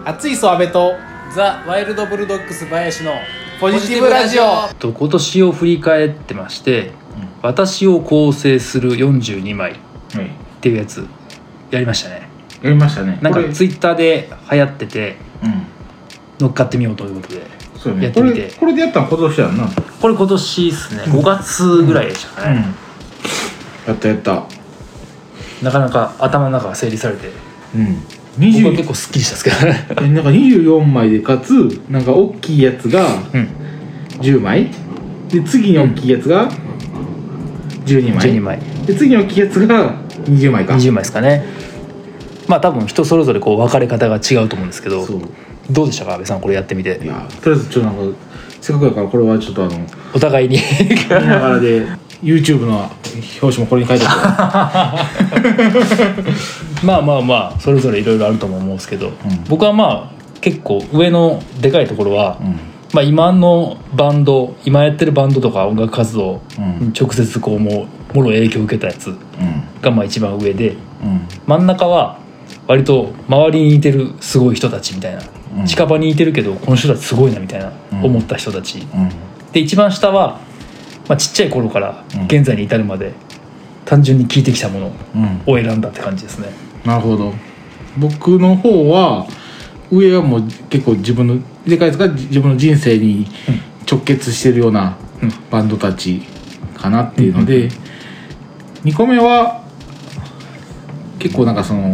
熱いそ阿部とザ・ワイルドブルドッグス林のポジティブラジオ。 今年を振り返ってまして、私を構成する42枚っていうやつやりましたね。 やりましたね。 なんかツイッターで流行ってて、乗っかってみようということでやってみて、 これでやったの今年やんな。 これ今年ですね、5月ぐらいでしたかね、 やったなかなか頭の中が整理されて、僕は結構スッキリしたんですけどねなんか24枚でかつなんか大きいやつが10枚で、次に大きいやつが12枚で、次に大きいやつが20枚か 20枚ですかね。まあ多分人それぞれこう分かれ方が違うと思うんですけど、どうでしたか阿部さん、これやってみて。 いやとりあえずちょっとなんかせっかくだからこれはちょっとお互いに見ながらでYouTube の表紙もこれに書いてあるまあそれぞれいろいろあるとも思うんですけど、僕はまあ結構上のでかいところは、まあ、今のバンド、今やってるバンドとか音楽活動に直接こうもろ影響を受けたやつがまあ一番上で、真ん中は割と周りにいてるすごい人たちみたいな、近場にいてるけどこの人たちすごいなみたいな思った人たち、で一番下は、まあ、ちっちゃい頃から現在に至るまで単純に聴いてきたものを選んだって感じですね。 なるほど。僕の方は上はもう結構自分のでかいやつが自分の人生に直結してるようなバンドたちかなっていうので、2個目は結構なんかその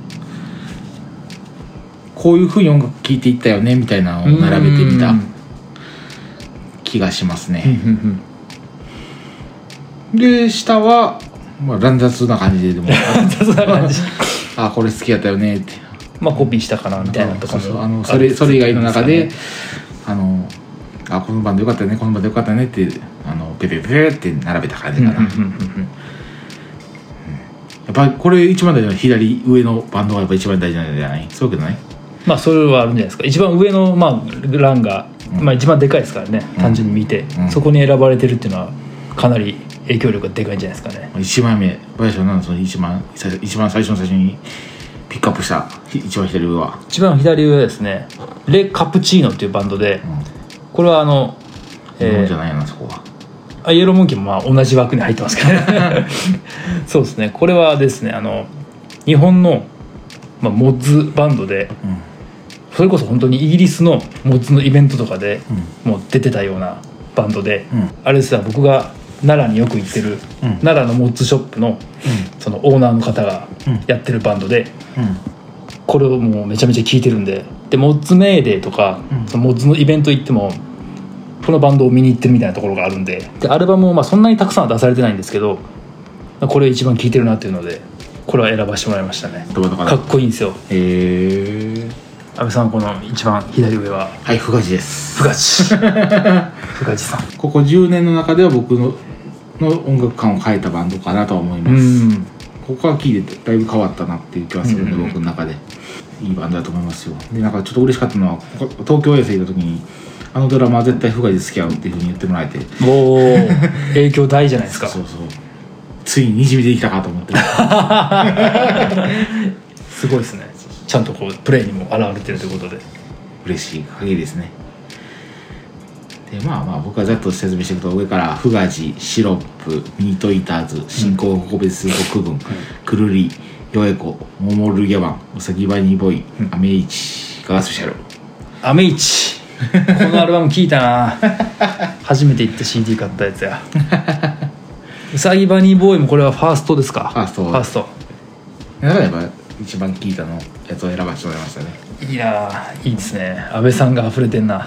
こういう風に音楽聴いていったよねみたいなのを並べてみた気がしますね。で下はまあ乱雑な感じで、でもあこれ好きやったよねって、 まあコピーしたかなみたいなとかも、 それ以外の中でこのバンドよかったよね、このバンドよかったねってペペペペって並べた感じかな。やっぱりこれ一番大事な左上のバンドがやっぱ一番大事なんじゃない？そういうわけない？ まあそれはあるんじゃないですか。一番上のまあ欄が、まあ、一番でかいですからね、単純に見て、そこに選ばれてるっていうのはかなり影響力がでかいんじゃないですかね。 1枚目林は何その一番最初にピックアップした一番左上は？ 一番左上はですね、レ・カプチーノっていうバンドで、これはじゃないな、そこは。 イエローモンキーもまあ同じ枠に入ってますからねそうですね、これはですね日本の、まあ、モッズバンドで、それこそ本当にイギリスのモッズのイベントとかでもう出てたようなバンドで、あれですね、僕が奈良によく行ってる、奈良のモッズショップの、そのオーナーの方がやってるバンドで、これをもうめちゃめちゃ聴いてるんで、モッズメーデーとか、そのモッズのイベント行ってもこのバンドを見に行ってるみたいなところがあるんで、アルバムもまあそんなにたくさんは出されてないんですけど、これ一番聴いてるなっていうのでこれは選ばせてもらいましたね。かっこいいんですよ。安倍さん、この一番左上は？ はい、フガジです。 フガジフガジさん、 ここ10年の中では僕の音楽観を変えたバンドかなとは思います。ここは聴いてだいぶ変わったなっていう気がするんで、僕の中でいいバンドだと思いますよ。でなんかちょっと嬉しかったのは、東京遠征行った時にドラマは絶対フガジ好きやろっていう風に言ってもらえて、 影響大じゃないですか。 そうついににじみ出てきたかと思ってすごいですね。ちゃんとこうプレイにも現れてるということで嬉しい限りですね。でまあ僕はざっと説明していくと、上からフガジ、シロップ、ミートイーターズ、新興個別国軍、クルリ、ヨエコ、モモルギャバン、ウサギバニーボーイ、アメイチガースペシャル。 アメイチこのアルバム聞いたな初めて行って CD 買ったやつやウサギバニーボーイもこれはファーストですか？ ファーストだからやっぱ一番聴いたのやつを選ばせてもらいましたね。 いやいいですね。安倍さんが溢れてんな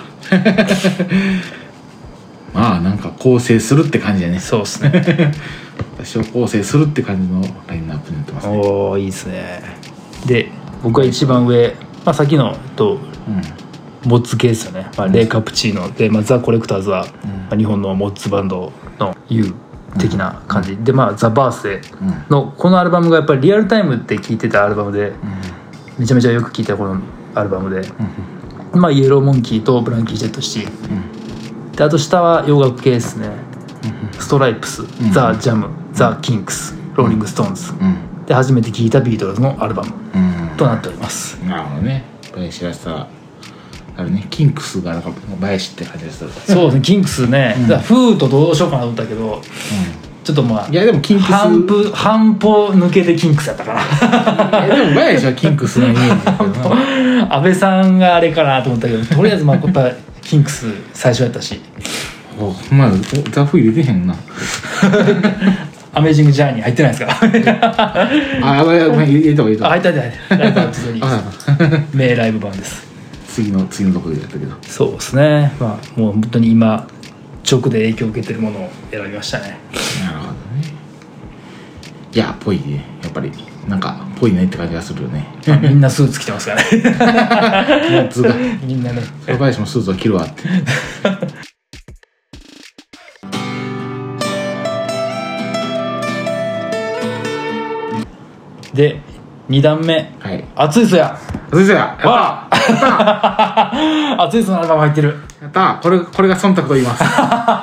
まあなんか構成するって感じだね。 そうですね私を構成するって感じのラインナップになってますね。 おー、いいですね。で僕は一番上、まあ、さっきのモッツ系ですよね、まあ、レイ・カプチーノで、まあ、ザ・コレクターズは、まあ、日本のモッツバンドの U 的な感じ、で、まあ、ザ・バースデーのこのアルバムがやっぱりリアルタイムって聴いてたアルバムで、めちゃめちゃよく聴いたこのアルバムで、まあ、イエローモンキーとブランキー・ジェット・シティ、であと下は洋楽系ですね、ストライプス、ザ・ジャム、ザ・キンクス、ローリング・ストーンズで初めて聴いたビートルズのアルバムとなっております。 なるほどね。 林らしさあるね。キンクスがなんか林って感じがする。 そうですね、キンクスね、だからフーとどうしようかなと思ったけど、ちょっとまあいやでもキンクス半歩抜けてキンクスやったかな。 でも林はキンクスのイメージだけどな。 安倍さんがあれかなと思ったけど、とりあえずまあやっぱキンクス最初やったし、 まあザフ入れてへんな。 アメージングジャーニー入ってないですか。 あ、ごめん入れた方がいいと。 入ったライブアップストーリー名ライブ版です。 次のところでやったけど。 そうですね、まあもう本当に今直で影響を受けてるものを選びましたね。 なるほどね。いやぽいね、やっぱりなんかぽいねって感じがするよね。 みんなスーツ着てますからね。 モッツがみんなね。 林もスーツを着るわって。 で2段目、 はい。 熱いそや先生やったわあ熱いそのアルバム入ってる。 やったこれが忖度と言います。 ま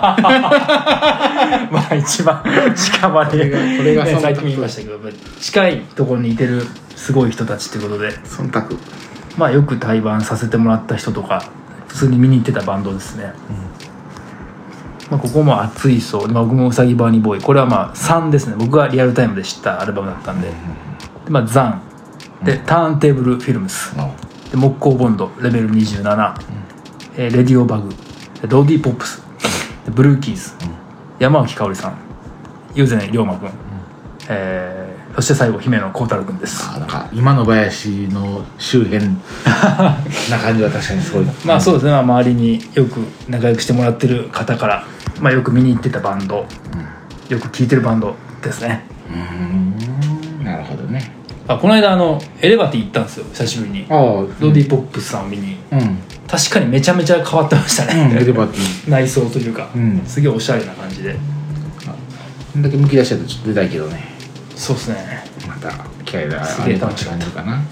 あ一番近場でこれがさっきも言いましたけど、近いところにいてるすごい人たちってことで、 忖度。 まあよく対バンさせてもらった人とか普通に見に行ってたバンドですね。まあ、ここも熱いそう、まあ、僕もうさぎバーニーボーイ、これはまあ3ですね。僕がリアルタイムで知ったアルバムだったんで、でまあザンで、ターンテーブルフィルムスで、木工ボンドレベル27、レディオバグで、ローディーポップスで、ブルーキーズ、山脇かおりさん、友禅龍馬くん、そして最後姫野幸太郎くんです。 なんか今の林の周辺な感じは確かにすごい。 まあそうですね、まあ、周りによく仲良くしてもらってる方から、まあ、よく見に行ってたバンド、よく聴いてるバンドですね。 なるほどね。 この間エレバティ行ったんですよ、久しぶりに。ロディ・ポップスさんを見に、確かにめちゃめちゃ変わってましたね、 エレバティ内装というか、すげえおしゃれな感じで。 こんだけむき出しちゃうとちょっと出たいけどね。 そうですね、 また機会がすげえ楽しかったかな。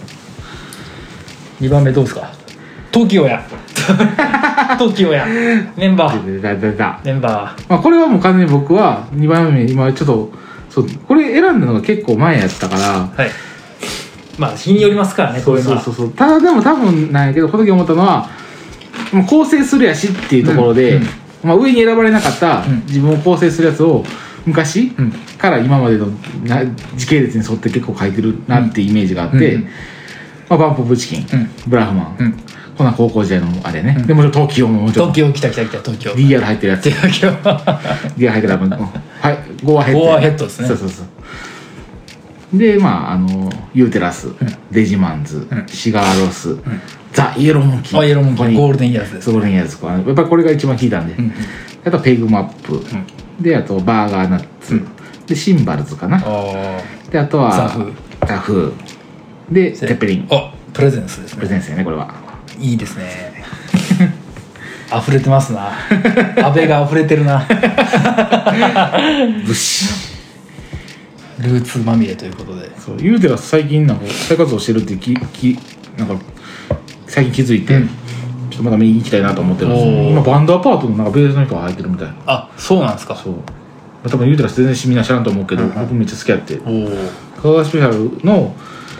2番目どうですか。TOKIOやTOKIOやメンバーメンバー、 まあ、これはもう完全に僕は2番目今ちょっとそうこれ選んだのが結構前やったから、 はい、まあ日によりますからね、こういうのは。 そうただでも多分なんやけど、この時思ったのはもう構成するやしっていうところで、まあ、上に選ばれなかった自分を構成するやつを昔から今までの時系列に沿って結構書いてるなっていうイメージがあって、まあ、バンプ・オブ・チキン、ブラフマン、こんな高校時代のあれね、でもちろん TOKIO ももちろん TOKIO 来たTOKIO DR 入ってるやつ TOKIO DR 入ってるやつはい、ゴーアヘッド、 ゴーアヘッドですね。 そうでまあユーテラス、デジマンズ、シガーロス、ザ・イエローモンキー、 イエローモンキーゴールデンイヤーズです。 ゴールデンイヤーズ、やっぱりこれが一番効いたんで、あとペグマップ、であとバーガーナッツ、でシンバルズかな、であとはザフーでテッペリン、 プレゼンスですね。 プレゼンスやね、これはいいですね。溢れてますな。安倍が溢れてるな。 ブシルーツまみれということで。 そうユーテラス最近なんか再活動してるってなんか最近気づいて、ちょっとまだ見に行きたいなと思ってるんですよ。今バンドアパートのなんかベースの人が入ってるみたい。 そうなんですか。 そう多分ユーテラス全然みんな知らんと思うけど、僕めっちゃ好きやって、香川スペシャルの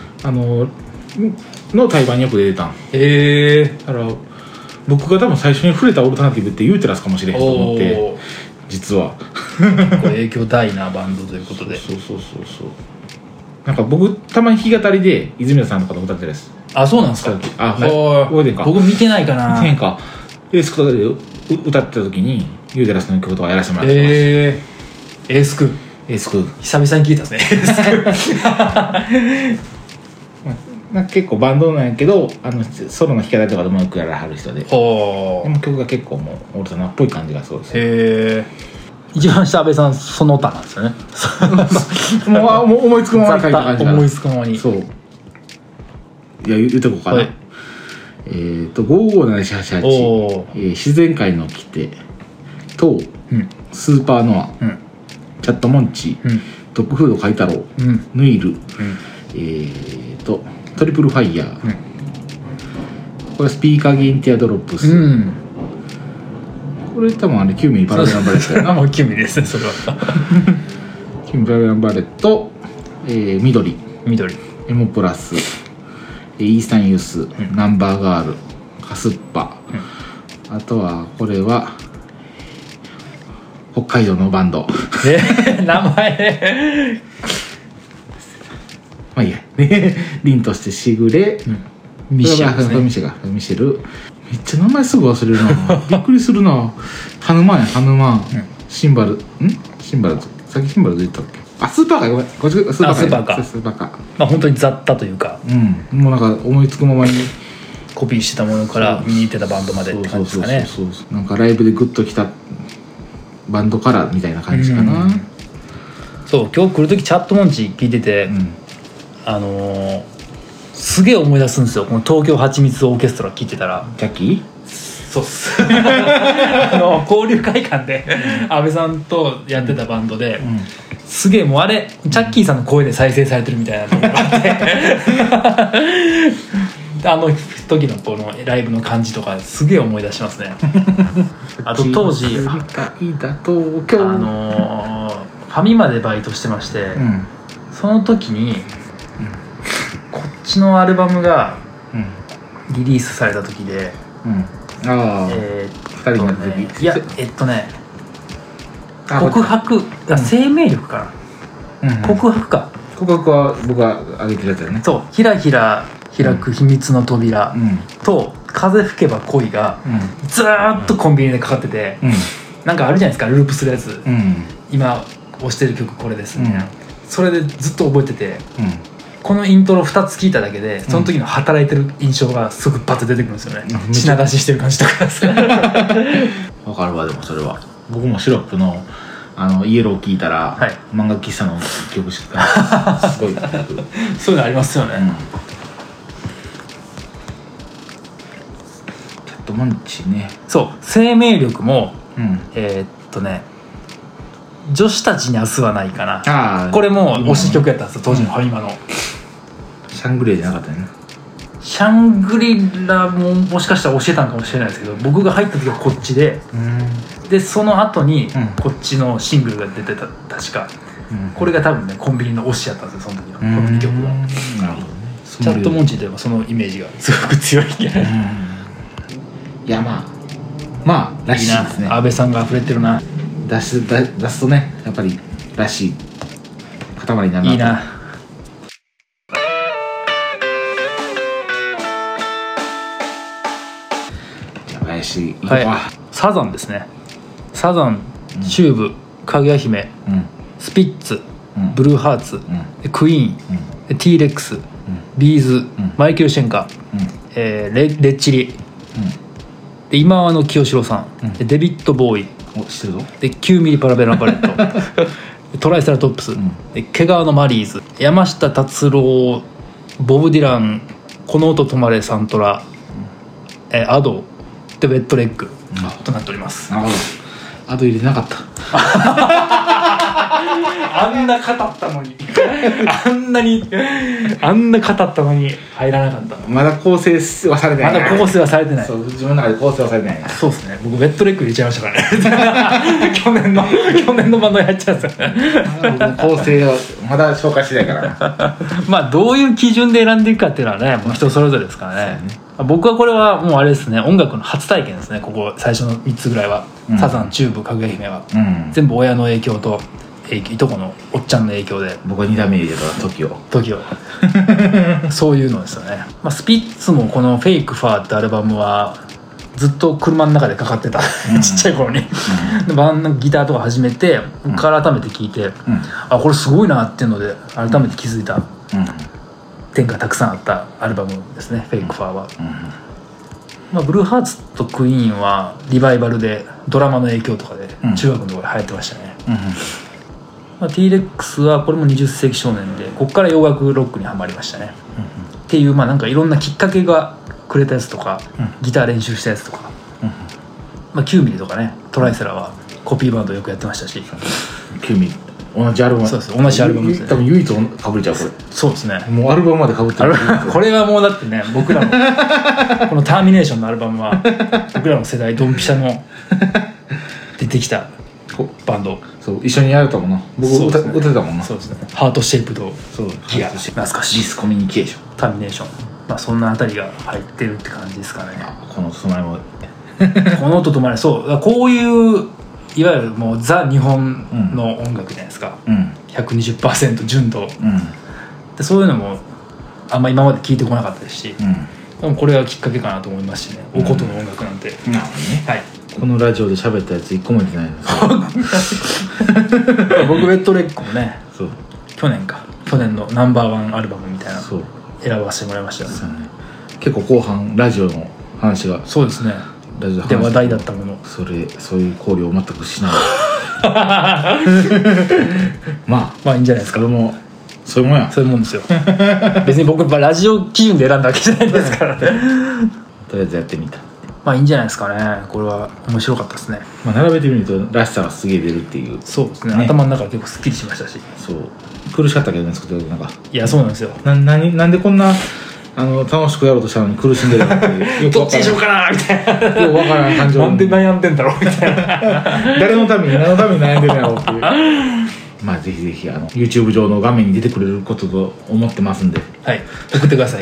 対バンによく出てたん。だから僕が多分最初に触れたオルタナティブってユーテラスかもしれへんと思って、実は影響大なバンドということで。 そうなんか僕たまに弾き語りで泉田さんとかと歌ってるやつ。 そうなんですか。 覚えてんか。 僕見てないかな。 見てへんか。エースクとかで歌ってた時にユーテラスの曲とかやらせてもらってます。エースク久々に聞いたですね。 なんか結構バンドなんやけどソロの弾き語りとかでもよくやらはる人で、でも曲が結構もうオルタナっぽい感じがすごいです。 一番下安倍さんその他なんですよね。 もう思いつくままに書いた感じかな。 思いつくままに。 そういや言ってこうかな、557888、自然界の掟と、スーパーノア、チャットモンチ、ドッグフード海太郎、ヌイル、トリプルファイヤー、これスピーカーゲインティアドロップス、これ多分9ミリパラベランバレットやな。 もう9ミリですね、それは。 9ミリパラベランバレット、緑緑エモプラス、 イースタンユース、ナンバーガール、カスッパ、あとはこれは北海道のバンド名前まあいいや凛としてしぐれ、 ミシェルですね。 ミシェルめっちゃ名前すぐ忘れるなびっくりするな。ハヌマンやハヌマン、シンバルシンバルズ、さっきシンバルズ言ったっけ。スーパーか、ごめん、こっちスーパーか、スーパーか。 まあ本当に雑多というか、 もうなんか思いつくままにコピーしてたものから見に行ってたバンドまでって感じですかね。 そうなんかライブでグッときたバンドからみたいな感じかな。 そう今日来る時チャットモンチ聞いてて、すげえ思い出すんですよ、この東京はちみつオーケストラ聞いてたら。 ジャッキーそうっす交流会館で安倍さんとやってたバンドで、すげえもうあれチャッキーさんの声で再生されてるみたいなところがあってあの時のこのライブの感じとかすげえ思い出しますねあと当時ファミマでバイトしてまして、その時に、こっちのアルバムがリリースされた時で、 2人になった時、 いや告白生命力かな、告白か。 告白は僕が挙げてるやつだよね。 そうひらひら開く秘密の扉と風吹けば恋がずーっとコンビニでかかってて、なんかあるじゃないですかループするやつ、今押してる曲これですみたいな、それでずっと覚えてて、このイントロ2つ聞いただけでその時の働いてる印象がすぐバッと出てくるんですよね、品出ししてる感じとかわかるわ。でもそれは僕もシロップのイエロー聞いたら、漫画喫茶の曲しかすごいそういうのありますよね、 チャットモンチね。 そう生命力も、女子たちに明日はないかな。これも推し曲やったんですよ当時のファミマの。 シャングリラじゃなかったよね。 シャングリラももしかしたら教えたんかもしれないですけど、僕が入った時はこっちで、でその後にこっちのシングルが出てた確か、これが多分ねコンビニの推しやったんですよその時のこの2曲が。 なるほどね。 チャットモンチーといえばそのイメージがすごく強いいやまあらしいですね。 安倍さんが溢れてるな。 出すとねやっぱりらしい塊になるな。 いいな。 林サザンですね。サザン、チューブ、かぐや姫、スピッツ、ブルーハーツ、クイーン、T レックス、ビーズ、マイケル・シェンカ、レッチリ、で今は清志郎さん、デビッド・ボーイ、 知ってるぞ。 で9ミリパラベラパレットトライセラトップス、で毛皮のマリーズ、山下達郎、ボブ・ディラン、この音止まれサントラ、アドでウェットレッグとなっております。 なるほど。アド入れてなかったあんな語ったのにあんな語ったのに入らなかった。 まだ構成はされてない。 まだ構成はされてない。 そう自分の中で構成はされてない。 そうですね。僕ウェットレッグ入れちゃいましたからね去年のバンドやっちゃうんですよ構成をまだ紹介してないからまあどういう基準で選んでいくかっていうのはねもう人それぞれですからね。僕はこれはもうあれですね、音楽の初体験ですね。ここ最初の3つぐらいは、サザン、チューブ、かぐや姫は、全部親の影響といとこのおっちゃんの影響で。 僕は2段目入れた TOKIO そういうのですよね。スピッツもこの「フェイクファー」ってアルバムはずっと車の中でかかってたちっちゃい頃にギターとか始めて改めて聴いて、あこれすごいなっていうので改めて気づいた点がたくさんあったアルバムですね、フェイクファーは。ブルーハーツとクイーンはリバイバルでドラマの影響とかで中学の頃で流行ってましたね。T レックスはこれも20世紀少年でここから洋楽ロックにはまりましたね。っていうなんかいろんなきっかけがくれたやつとか、ギター練習したやつとか、9ミリとかね、トライセラはコピーバンドよくやってましたし。 9ミリ同じアルバム。 そうです、同じアルバムですね。 多分唯一かぶれちゃうこれ。 そうですね。 もうアルバムまでかぶってるこれはもうだってね、僕らのこのターミネーションのアルバムは僕らの世代ドンピシャの出てきたバンド。 そう一緒にやるたもんな。僕歌ってたもんな。 そうですね。ハートシェイプとギア、懐かしい。 ディスコミュニケーション、 ターミネーション。 まあそんなあたりが入ってるって感じですかね。 この隣もこの音とまでそうこういういわゆるもうザ日本の音楽じゃないですか、 うん 120% 純度うんで、そういうのもあんま今まで聞いてこなかったですし、 うんでもこれがきっかけかなと思いますしね、おことの音楽なんて、 なるほどね。 はいこのラジオで喋ったやつ1個も出てないの僕レッドレッグもねそう去年のナンバーワンアルバムみたいなそう選ばせてもらいましたよね。 そうね。結構後半ラジオの話がそうですねラジオの話で話題だったものそういう考慮を全くしないままあいいんじゃないですか。 あそれもそういうもんや。 そういうもんですよ別に僕ラジオ基準で選んだわけじゃないですからねとりあえずやってみた。 まあいいんじゃないですかね。これは面白かったですね。 まあ並べてみるとらしさがすげえ出るっていう。 そうですねね頭の中が結構すっきりしましたし。 そう苦しかったけどね作ってるなんかいやそうなんですよ。 なんでこんな楽しくやろうとしたのに苦しんでるのってよくどわからっちにしようかなみたいなよくわからん感情なんで悩んでんだろうみたいな誰のために何のために悩んでるんやろうっていうまあぜひぜひYouTube 上の画面に出てくれることと思ってますんではい送ってください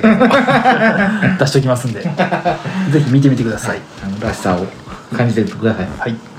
出しときますんでぜひ見てみてください。 らしさを感じてください。 はい